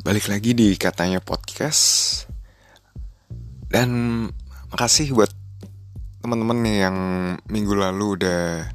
Balik lagi di katanya podcast. Dan makasih buat teman-teman nih yang minggu lalu udah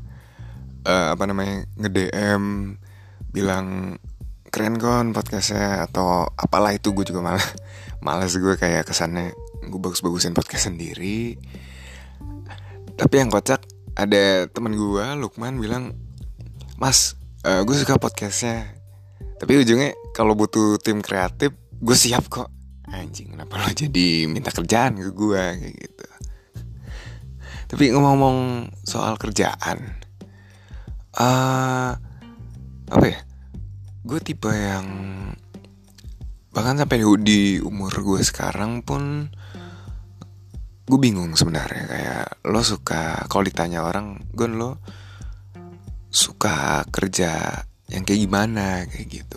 nge-DM bilang keren kon podcastnya atau apalah itu. Gue juga malas gue kayak kesannya gue bagus-bagusin podcast sendiri. Tapi yang kocak, ada teman gue Lukman bilang, "Mas, gue suka podcastnya, tapi ujungnya kalau butuh tim kreatif gue siap kok." Anjing, kenapa lo jadi minta kerjaan ke gue kayak gitu. Tapi ngomong soal kerjaan, apa ya, gue tipe yang bahkan sampai di umur gue sekarang pun gue bingung sebenarnya. Kayak lo suka, kalau ditanya orang, Gon, lo suka kerja yang kayak gimana, kayak gitu.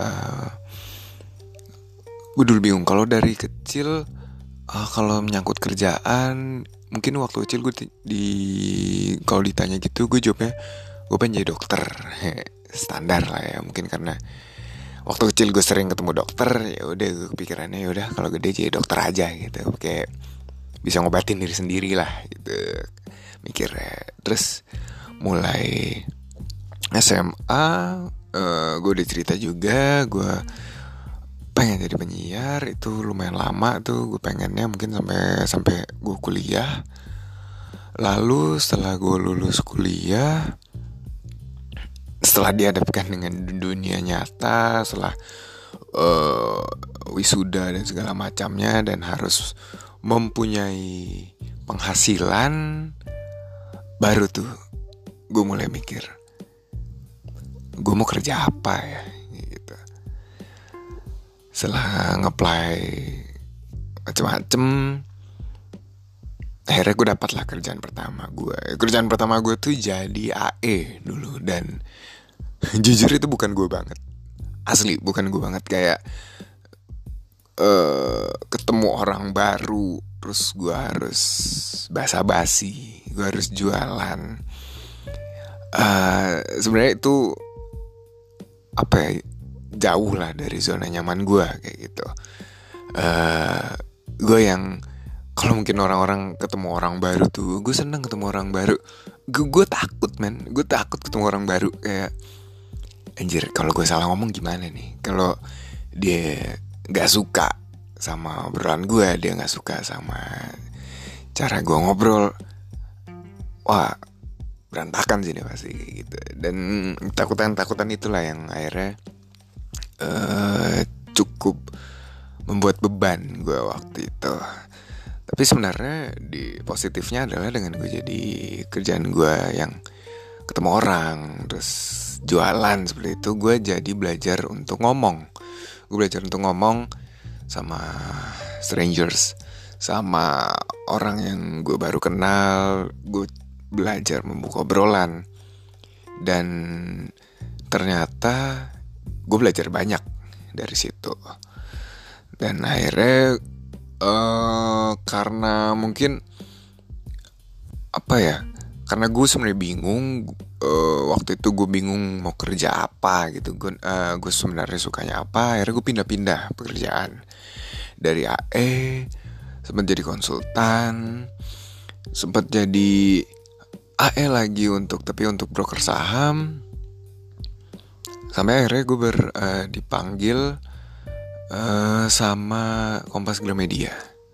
Gue dulu bingung. Kalau dari kecil, kalau menyangkut kerjaan, mungkin waktu kecil gue kalau ditanya gitu, gue jawabnya gue pengen jadi dokter. Standar lah ya, mungkin karena waktu kecil gue sering ketemu dokter. Ya udah, gue kepikirannya ya udah kalau gede jadi dokter aja gitu, kayak bisa ngobatin diri sendiri lah gitu mikirnya. Terus mulai SMA, gue udah cerita juga, gue pengen jadi penyiar. Itu lumayan lama tuh gue pengennya, mungkin sampai gue kuliah. Lalu setelah gue lulus kuliah, setelah dihadapkan dengan dunia nyata, setelah wisuda dan segala macamnya, dan harus mempunyai penghasilan, baru tuh gue mulai mikir, gue mau kerja apa ya gitu. Setelah nge-apply macem-macem, akhirnya gue dapet lah kerjaan pertama gue. Kerjaan pertama gue tuh jadi AE dulu. Dan jujur itu bukan gue banget. Asli bukan gue banget. Kayak ketemu orang baru, terus gue harus basa-basi, gue harus jualan. Sebenarnya itu apa ya, jauh lah dari zona nyaman gue kayak gitu. Gue yang kalau mungkin orang-orang ketemu orang baru tuh, gue seneng ketemu orang baru. Gue takut, men. Gue takut ketemu orang baru. Kayak anjir, kalau gue salah ngomong gimana nih? Kalau dia gak suka sama obrolan gue, dia gak suka sama cara gue ngobrol, wah, berantakan sih dia pasti kayak gitu. Dan takutan itulah yang akhirnya cukup membuat beban gue waktu itu. Tapi sebenarnya di positifnya adalah dengan gue jadi kerjaan gue yang ketemu orang, terus jualan seperti itu, gue jadi belajar untuk ngomong. Gue belajar untuk ngomong sama strangers, sama orang yang gue baru kenal. Gue belajar membuka obrolan. Dan ternyata gue belajar banyak dari situ. Dan akhirnya karena mungkin apa ya, karena gue sebenarnya bingung. Waktu itu gue bingung mau kerja apa gitu. Gue sebenarnya sukanya apa. Akhirnya gue pindah-pindah pekerjaan. Dari AE sempat jadi konsultan, sempat jadi AE lagi tapi untuk broker saham. Sampai akhirnya gue dipanggil sama Kompas Gramedia.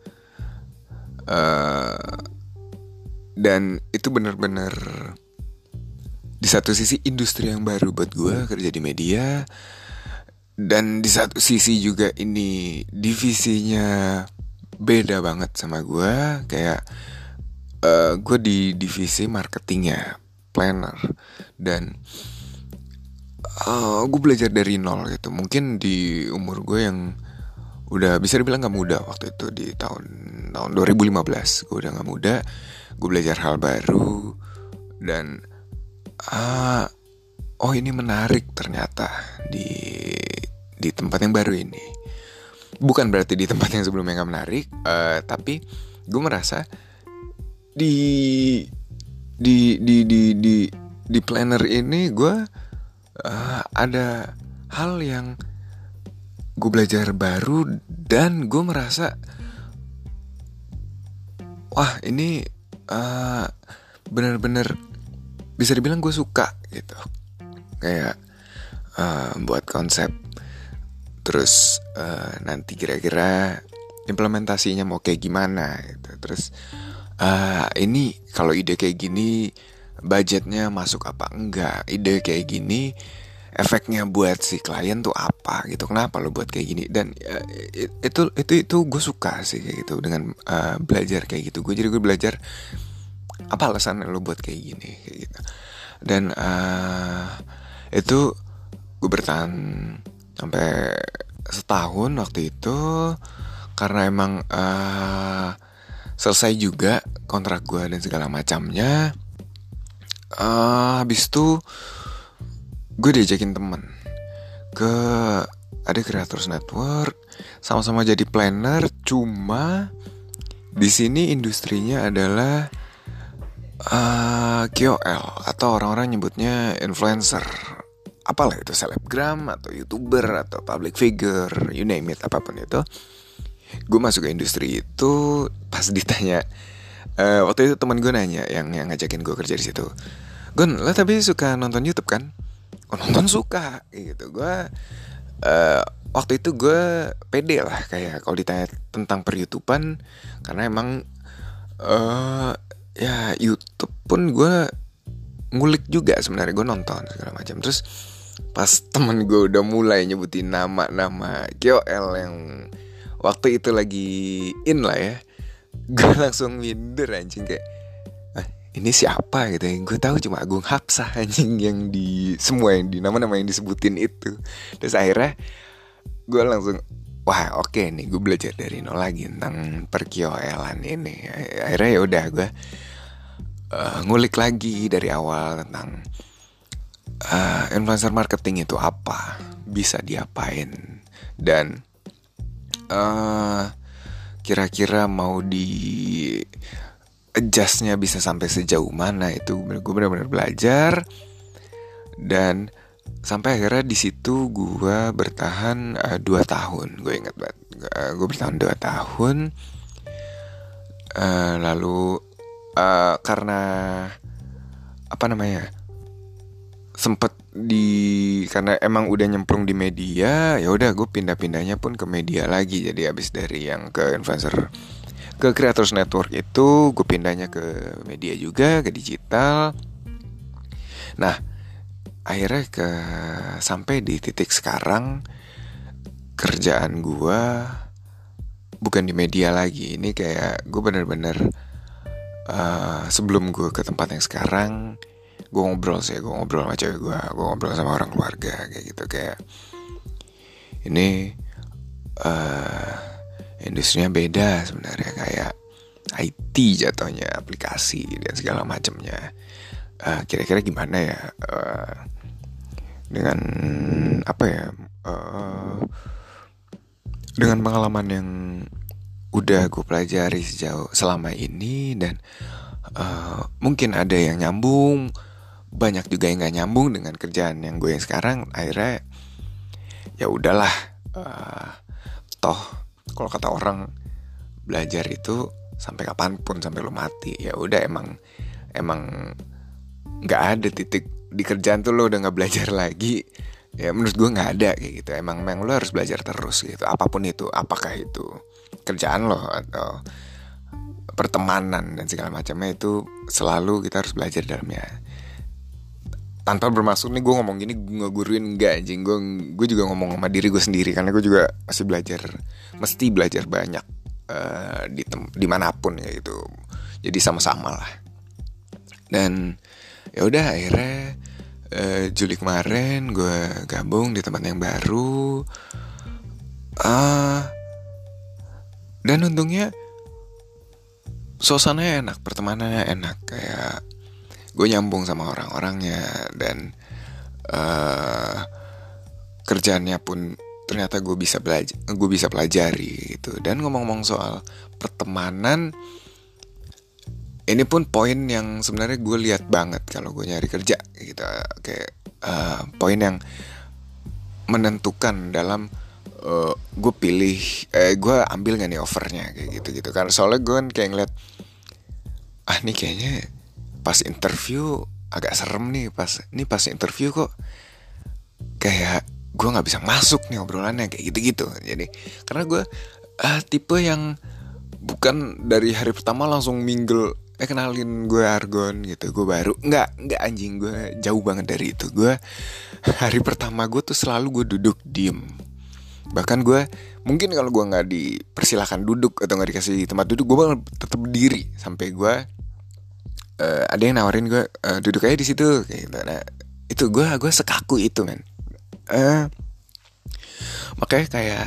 Dan itu benar-benar di satu sisi industri yang baru buat gue kerja di media, dan di satu sisi juga ini divisinya beda banget sama gue. Kayak gue di divisi marketingnya, planner. Dan gue belajar dari nol gitu. Mungkin di umur gue yang udah bisa dibilang gak muda waktu itu, di tahun 2015 gue udah gak muda. Gue belajar hal baru. Dan ini menarik ternyata di tempat yang baru ini. Bukan berarti di tempat yang sebelumnya gak menarik, tapi gue merasa di planner ini gue ada hal yang gue belajar baru dan gue merasa wah ini uh, bener-bener bisa dibilang gue suka gitu. Kayak buat konsep, terus nanti kira-kira implementasinya mau kayak gimana gitu. Terus ini kalau ide kayak gini budgetnya masuk apa enggak, ide kayak gini efeknya buat si klien tuh apa gitu, kenapa lo buat kayak gini. Dan itu gue suka sih kayak gitu dengan belajar kayak gitu. Gue belajar apa alasan lo buat kayak gini kayak gitu. Dan itu gue bertahan sampai setahun waktu itu, karena emang selesai juga kontrak gue dan segala macamnya. Habis itu gue diajakin temen ke ada Creators Network, sama-sama jadi planner. Cuma di sini industrinya adalah KOL atau orang-orang nyebutnya influencer. Apalah itu, selebgram atau youtuber atau public figure, you name it, apapun itu. Gue masuk ke industri itu pas ditanya, waktu itu teman gue nanya yang ngajakin gue kerja di situ, Gon, lo tapi suka nonton YouTube kan? Oh, nonton suka gitu. Gue waktu itu gue pede lah kayak kalau ditanya tentang per YouTubean, karena emang ya YouTube pun gue ngulik juga sebenarnya, gue nonton segala macam. Terus pas temen gue udah mulai nyebutin nama-nama KOL yang waktu itu lagi in lah ya, gue langsung minder anjing, kayak ini siapa gitu ya. Gue tahu cuma Agung Hapsah anjing yang di semua yang di nama-nama yang disebutin itu. Terus akhirnya gue langsung wah oke nih, gue belajar dari nol lagi tentang perkioelan ini. Akhirnya ya udah gue ngulik lagi dari awal tentang influencer marketing itu apa, bisa diapain, dan kira-kira mau di adjustnya bisa sampai sejauh mana. Itu gue benar-benar belajar, dan sampai akhirnya di situ gue bertahan 2 tahun. Gue ingat banget, gue bertahan 2 tahun. Lalu karena apa namanya, sempet karena emang udah nyemplung di media, ya udah gue pindah-pindahnya pun ke media lagi. Jadi abis dari yang ke influencer ke Creators Network itu, gue pindahnya ke media juga, ke digital. Nah akhirnya sampai di titik sekarang kerjaan gue bukan di media lagi. Ini kayak gue bener-bener sebelum gue ke tempat yang sekarang, gue ngobrol sama cewek gue ngobrol sama orang keluarga kayak gitu. Kayak ini industrinya beda sebenarnya, kayak IT jatuhnya, aplikasi dan segala macamnya. Kira-kira gimana ya dengan apa ya, dengan pengalaman yang udah gue pelajari selama ini. Dan mungkin ada yang nyambung, banyak juga yang gak nyambung dengan kerjaan yang gue yang sekarang. Akhirnya ya udahlah, toh kalau kata orang belajar itu sampai kapanpun, sampai lo mati. Ya udah, emang nggak ada titik di kerjaan tuh lo udah nggak belajar lagi. Ya menurut gue nggak ada kayak gitu. Emang lo harus belajar terus gitu, apapun itu, apakah itu kerjaan lo atau pertemanan dan segala macamnya, itu selalu kita harus belajar dalamnya. Tanpa bermaksud nih gue ngomong gini gue guruin, enggak anjing. Gue juga ngomong sama diri gue sendiri, karena gue juga masih mesti belajar banyak dimanapun ya gitu. Jadi sama-sama lah. Dan ya udah akhirnya Juli kemarin gue gabung di tempat yang baru. Dan untungnya suasananya enak, pertemanannya enak, kayak gue nyambung sama orang-orangnya. Dan kerjaannya pun ternyata gue bisa pelajari gitu. Dan ngomong-ngomong soal pertemanan, ini pun poin yang sebenarnya gue lihat banget kalau gue nyari kerja gitu. Kayak poin yang menentukan dalam gue pilih, gue ambil gak nih offernya kayak gitu kan. Soalnya gue kan kayak ngeliat, nih kayaknya pas interview agak serem nih, pas interview kok kayak gue nggak bisa masuk nih obrolannya kayak gitu-gitu. Jadi karena gue tipe yang bukan dari hari pertama langsung mingle, kenalin gue Argon gitu, gue baru nggak anjing, gue jauh banget dari itu. Gue hari pertama gue tuh selalu gue duduk diem. Bahkan gue mungkin kalau gue nggak dipersilakan duduk atau nggak dikasih tempat duduk, gue bakal tetap berdiri sampai gue ada yang nawarin gue, duduk aja di situ kayak gitu. Nah itu gue sekaku itu men. Makanya kayak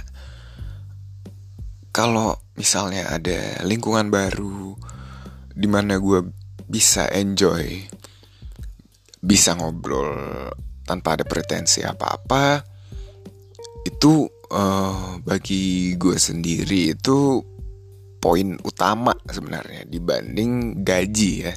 kalau misalnya ada lingkungan baru di mana gue bisa enjoy, bisa ngobrol tanpa ada pretensi apa-apa, itu bagi gue sendiri itu poin utama sebenarnya dibanding gaji ya.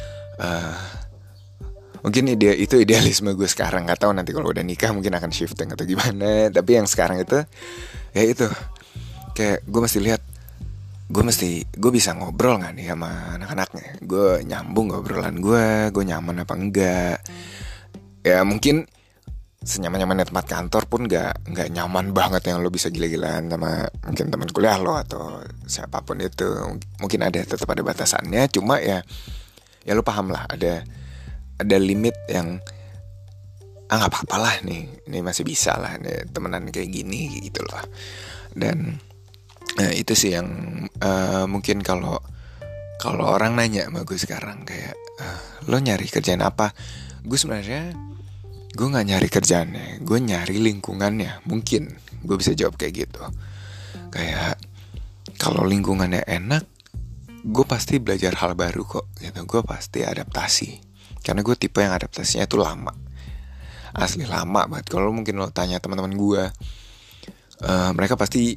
Mungkin itu idealisme gue sekarang, nggak tahu nanti kalau udah nikah mungkin akan shifting atau gimana. Tapi yang sekarang itu ya itu, kayak gue mesti lihat, gue bisa ngobrol nggak nih sama anak-anaknya, gue nyambung obrolan gue nyaman apa enggak. Ya mungkin senyaman-nyamannya tempat kantor pun nggak nyaman banget yang lo bisa gila-gilaan sama mungkin teman kuliah lo atau siapapun itu. Mungkin tetap ada batasannya, cuma ya lo paham lah, ada limit yang nggak apa-apa lah nih, ini masih bisa lah nih temenan kayak gini gitu loh. Dan itu sih yang mungkin kalau orang nanya sama gue sekarang kayak, lo nyari kerjaan apa, gue sebenarnya gue nggak nyari kerjaannya, gue nyari lingkungannya. Mungkin gue bisa jawab kayak gitu. Kayak kalau lingkungannya enak, gue pasti belajar hal baru kok gitu. Gue pasti adaptasi, karena gue tipe yang adaptasinya itu lama, asli lama banget. Kalau mungkin lo tanya teman-teman gue, mereka pasti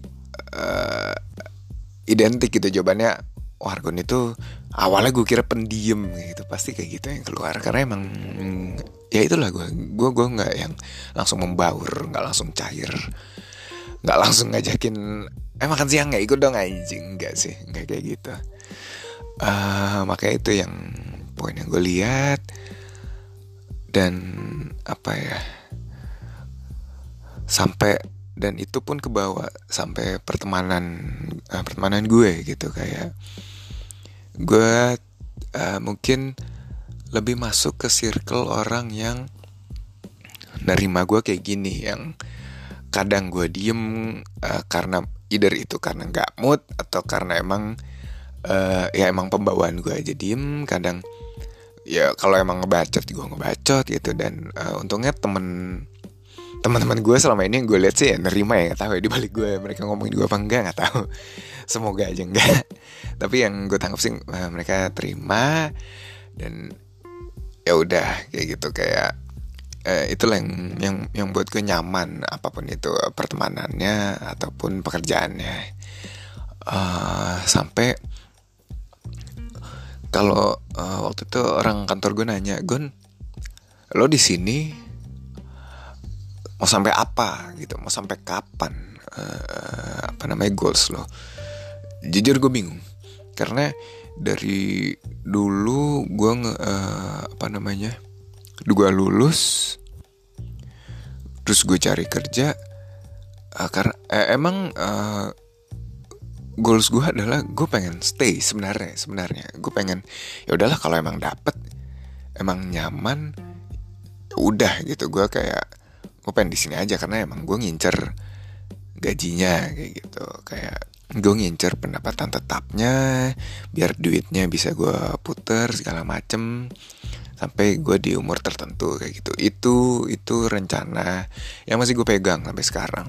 identik gitu jawabannya. Argon itu awalnya gue kira pendiam gitu, pasti kayak gitu yang keluar. Karena emang ya itulah gue nggak yang langsung membaur, nggak langsung cair, nggak langsung ngajakin makan siang nggak ikut dong anjing, nggak sih, nggak kayak gitu. Makanya itu yang poin yang gue lihat. Dan apa ya, dan itu pun kebawa sampai pertemanan gue gitu. Kayak gue mungkin lebih masuk ke circle orang yang nerima gue kayak gini, yang kadang gue diem karena either itu karena nggak mood atau karena emang ya emang pembawaan gue aja diem. Kadang ya kalau emang ngebacot gue ngebacot gitu. Dan untungnya teman-teman gue selama ini yang gue lihat sih ya nerima, ya nggak tahu ya dibalik gue mereka ngomongin gue apa enggak, nggak tahu, semoga aja enggak. Tapi yang gue tangkap sih mereka terima. Dan ya udah kayak gitu. Kayak itulah yang buat gue nyaman, apapun itu pertemanannya ataupun pekerjaannya. Sampai kalau waktu itu orang kantor gue nanya, Gon, lo di sini mau sampai apa gitu, mau sampai kapan, goals lo? Jujur gue bingung, karena dari dulu gue gue lulus, terus gue cari kerja, karena emang goals gue adalah gue pengen stay sebenarnya gue pengen, ya udahlah kalau emang dapet, emang nyaman, udah gitu. Gue pengen di sini aja karena emang gue ngincer gajinya kayak gitu. Kayak gue ngincer pendapatan tetapnya biar duitnya bisa gue puter segala macem sampai gue di umur tertentu kayak gitu. Itu rencana yang masih gue pegang sampai sekarang.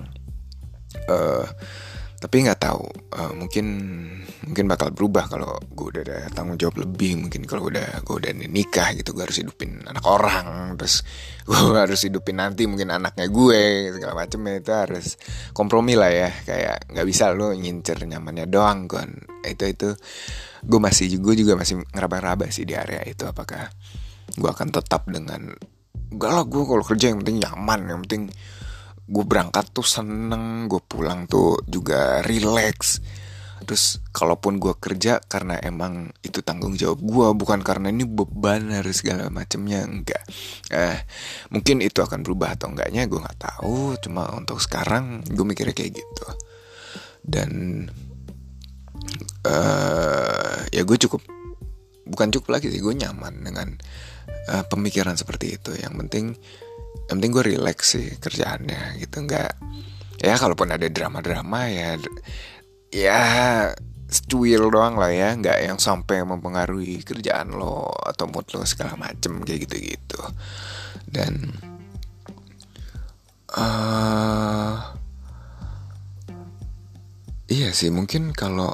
Tapi nggak tahu, mungkin bakal berubah kalau gue udah ada tanggung jawab lebih. Mungkin kalau gue udah nikah gitu, gue harus hidupin anak orang, terus gue harus hidupin nanti mungkin anaknya gue segala macem ya. Itu harus kompromi lah ya. Kayak nggak bisa lo ngincer nyamannya doang kan. Itu gue juga masih ngeraba-raba sih di area itu. Apakah gue akan tetap dengan, enggak lah, gue kalau kerja yang penting nyaman, yang penting gue berangkat tuh seneng, gue pulang tuh juga relax. Terus kalaupun gue kerja karena emang itu tanggung jawab gue, bukan karena ini beban harus segala macemnya, enggak. Mungkin itu akan berubah atau enggaknya gue nggak tahu. Cuma untuk sekarang gue mikirnya kayak gitu. Dan ya gue bukan cukup lagi sih, gue nyaman dengan pemikiran seperti itu. Yang penting gue relax sih kerjaannya gitu. Enggak, ya kalaupun ada drama-drama ya secuil doang lah ya, nggak yang sampai mempengaruhi kerjaan lo atau mood lo segala macem kayak gitu-gitu. Dan iya sih mungkin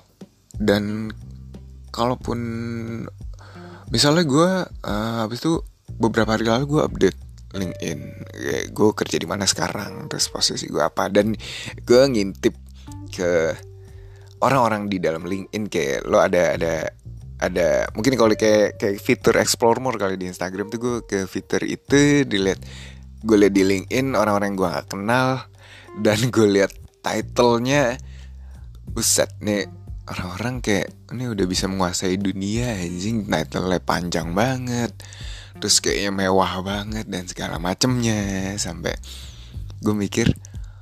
kalaupun misalnya gue habis itu beberapa hari lalu gue update LinkedIn, kayak gue kerja di mana sekarang, terus posisi gue apa, dan gue ngintip ke orang-orang di dalam LinkedIn. Kayak lo ada mungkin kalau kayak fitur explore more kali di Instagram tuh, gue ke fitur itu gue liat di LinkedIn orang-orang yang gue gak kenal, dan gue liat titlenya, buset nih orang-orang kayak ini udah bisa menguasai dunia anjing, titlenya panjang banget, terus kayaknya mewah banget dan segala macemnya. Sampai gue mikir,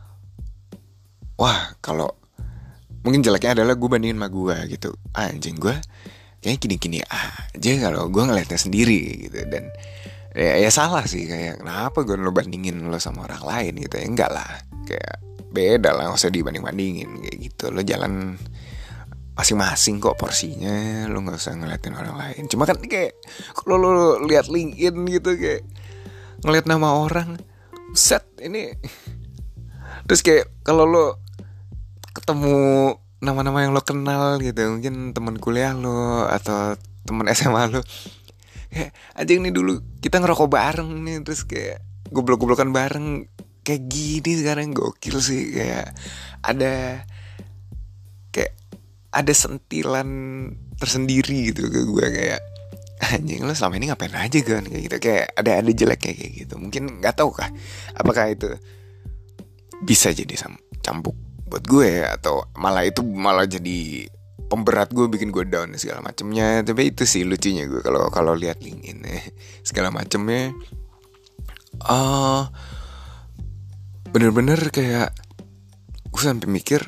wah kalau mungkin jeleknya adalah gue bandingin sama gue gitu, anjing gue kayaknya gini-gini aja kalau gue ngeliatnya sendiri gitu. Dan ya salah sih, kayak kenapa gue lo bandingin lo sama orang lain gitu ya, enggak lah, kayak beda lah, gak usah dibanding-bandingin kayak gitu. Lo jalan masing-masing kok porsinya, lo gak usah ngeliatin orang lain. Cuma kan kayak kalau lo liat LinkedIn gitu, kayak ngeliat nama orang set ini, terus kayak kalau lo ketemu nama-nama yang lo kenal gitu, mungkin teman kuliah lo atau teman SMA lo, kayak anjing nih dulu kita ngerokok bareng nih, terus kayak goblok-goblokan bareng kayak gini sekarang, gokil sih. Kayak ada sentilan tersendiri gitu ke gue, kayak anjing lo selama ini ngapain aja kan, kayak gitu. Kayak ada jeleknya kayak gitu. Mungkin nggak tahu kah apakah itu bisa jadi cambuk buat gue, atau malah jadi pemberat gue, bikin gue down segala macemnya. Tapi itu sih lucunya gue kalau lihat LinkedIn segala macemnya. Bener-bener kayak gue sampai mikir,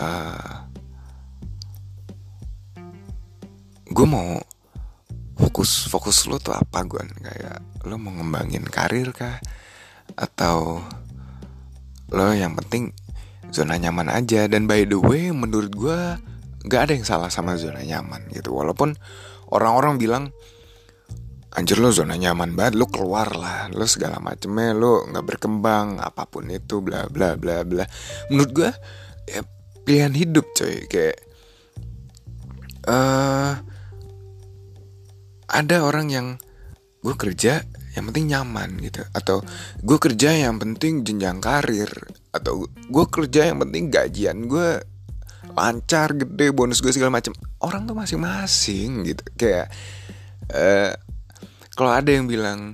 gue mau fokus lo tuh apa, gue kayak lo mau ngembangin karir kah, atau lo yang penting zona nyaman aja. Dan by the way, menurut gue gak ada yang salah sama zona nyaman gitu. Walaupun orang-orang bilang, anjir lo zona nyaman banget, lo keluar lah, lo segala macemnya, lo gak berkembang, apapun itu, bla bla bla bla. Menurut gue ya pilihan hidup coy. Kayak ada orang yang gue kerja yang penting nyaman gitu, atau gue kerja yang penting jenjang karir, atau gue kerja yang penting gajian gue lancar, gede, bonus gue segala macam. Orang tuh masing-masing gitu. Kayak kalau ada yang bilang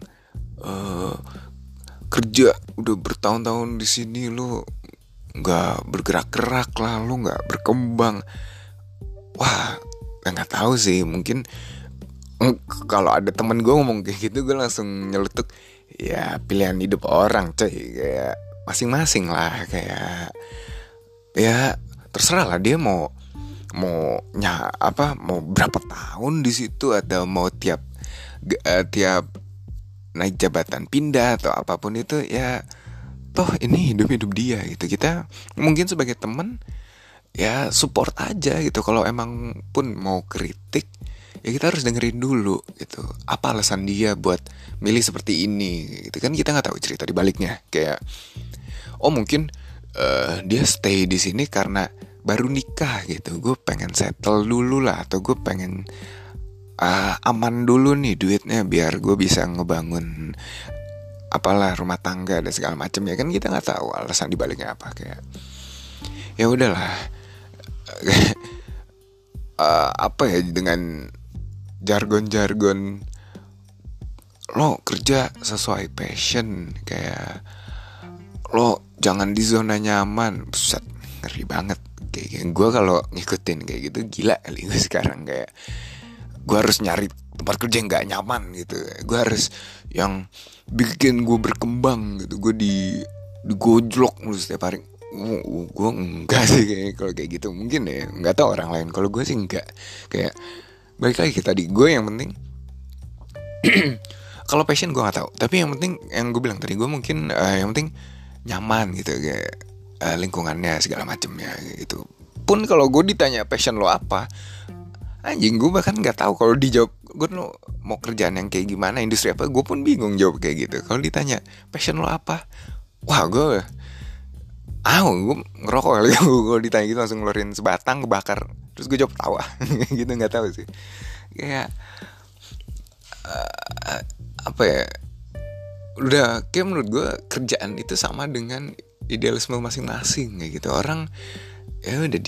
kerja udah bertahun-tahun di sini lo nggak bergerak-gerak lah, lo nggak berkembang, wah nggak tahu sih. Mungkin kalau ada temen gue ngomong kayak gitu, gue langsung nyeletuk, ya pilihan hidup orang coy, kayak masing-masing lah. Kayak ya terserah lah dia mau berapa tahun di situ, atau mau tiap naik jabatan pindah atau apapun itu, ya toh ini hidup dia gitu. Kita mungkin sebagai teman ya support aja gitu. Kalau emang pun mau kritik, ya kita harus dengerin dulu gitu, apa alasan dia buat milih seperti ini gitu kan. Kita nggak tahu cerita di baliknya. Kayak mungkin dia stay di sini karena baru nikah gitu, gue pengen settle dulu lah, atau gue pengen aman dulu nih duitnya biar gue bisa ngebangun apalah rumah tangga dan segala macam. Ya kan kita nggak tahu alasan di baliknya apa. Kayak ya udahlah. Apa ya, dengan jargon-jargon lo kerja sesuai passion, kayak lo jangan di zona nyaman. Buset, ngeri banget. Kayak gue kalau ngikutin kayak gitu gila kali gue sekarang. Kayak gue harus nyari tempat kerja yang gak nyaman gitu. Gue harus yang bikin gue berkembang gitu. Gue digojlok mulu setiap hari. Gue enggak sih kayak kalau kayak gitu. Mungkin ya, nggak tahu orang lain. Kalau gue sih enggak. Kayak balik lagi ke tadi, gue yang penting kalau passion gue nggak tahu, tapi yang penting yang gue bilang tadi, gue mungkin yang penting nyaman gitu, kayak lingkungannya segala macem ya gitu. Pun kalau gue ditanya passion lo apa, anjing gue bahkan nggak tahu. Kalau dijawab gue lo mau kerjaan yang kayak gimana, industri apa, gue pun bingung jawab kayak gitu. Kalau ditanya passion lo apa, wah gue ngerokok kali. Gue ditanya gitu langsung ngeluarin sebatang, kebakar, terus gue jawab tawa. Gitu, nggak tahu sih. Kayak apa ya, udah kayak menurut gue kerjaan itu sama dengan idealisme masing-masing kayak gitu. Orang ya udah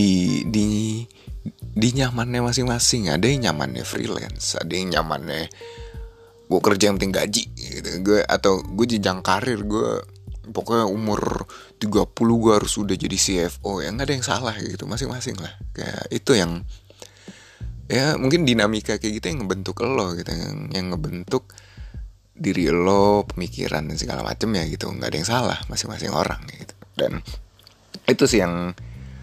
di nyamannya masing-masing. Ada yang nyamannya freelance, ada yang nyamannya gue kerja yang penting gaji gitu. Gue jenjang karir, gue pokoknya umur 30 gue harus udah jadi CFO. Ya nggak ada yang salah gitu, masing-masing lah. Kayak itu yang ya mungkin dinamika kayak gitu yang ngebentuk lo gitu, yang ngebentuk diri lo, pemikiran dan segala macem ya gitu. Nggak ada yang salah, masing-masing orang gitu. Dan itu sih yang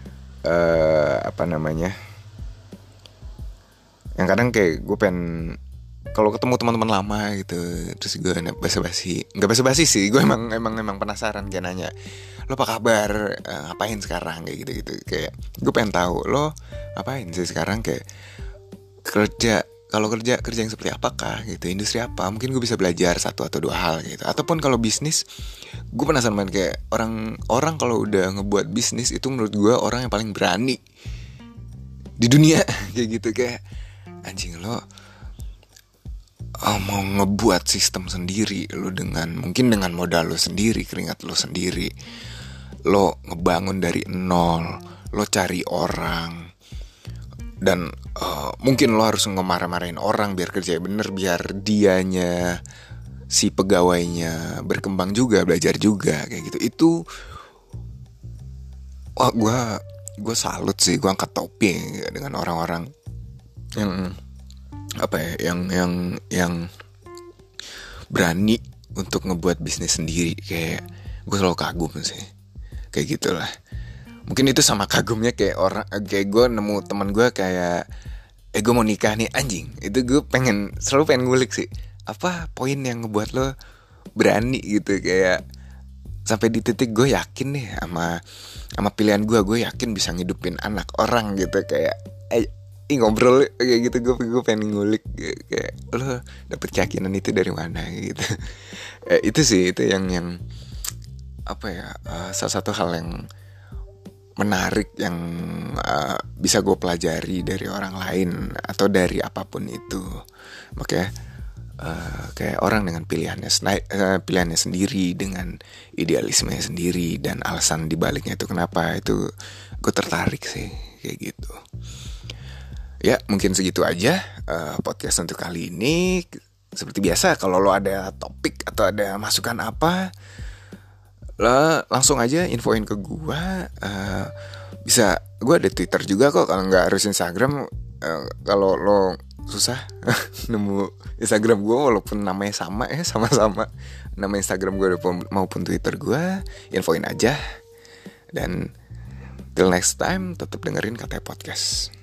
yang kadang kayak gue pengen kalau ketemu teman-teman lama gitu, terus gue nggak basa-basi sih, gue emang penasaran, kayak nanya lo apa kabar, ngapain sekarang kayak gitu. Kayak gue pengen tahu lo ngapain sih sekarang, kayak kalau kerja yang seperti apakah gitu, industri apa, mungkin gue bisa belajar satu atau dua hal gitu. Ataupun kalau bisnis, gue penasaran banget kayak orang kalau udah ngebuat bisnis itu menurut gue orang yang paling berani di dunia. Kayak gitu, kayak anjing lo mau ngebuat sistem sendiri, lo mungkin dengan modal lo sendiri, keringat lo sendiri, lo ngebangun dari nol, lo cari orang. Dan mungkin lo harus ngemarah-marahin orang biar kerjanya bener, biar dianya, si pegawainya berkembang juga, belajar juga kayak gitu. Itu wah, gue salut sih, gue angkat topi dengan orang-orang yang yang berani untuk ngebuat bisnis sendiri. Kayak gue selalu kagum sih, kayak gitulah. Mungkin itu sama kagumnya kayak orang, kayak gue nemu teman gue kayak gue mau nikah nih, anjing. Itu gue selalu pengen ngulik sih, apa poin yang ngebuat lo berani gitu. Kayak sampai di titik gue yakin nih sama pilihan gue yakin bisa ngidupin anak orang gitu. Kayak ngobrol kayak gitu, gue pengen ngulik kayak lo dapet keyakinan itu dari mana gitu. Itu sih, itu yang salah satu hal yang menarik yang bisa gue pelajari dari orang lain atau dari apapun itu. Makanya kayak orang dengan pilihannya sendiri, dengan idealismenya sendiri, dan alasan dibaliknya itu kenapa, itu gue tertarik sih kayak gitu. Ya mungkin segitu aja podcast untuk kali ini. Seperti biasa, kalau lo ada topik atau ada masukan apa, lo langsung aja infoin ke gue. Bisa, gue ada Twitter juga kok, kalau nggak harus Instagram. Kalau lo susah nemu Instagram gue, walaupun namanya sama-sama nama Instagram gue maupun Twitter gue, infoin aja. Dan till next time, tetap dengerin Katanya Podcast.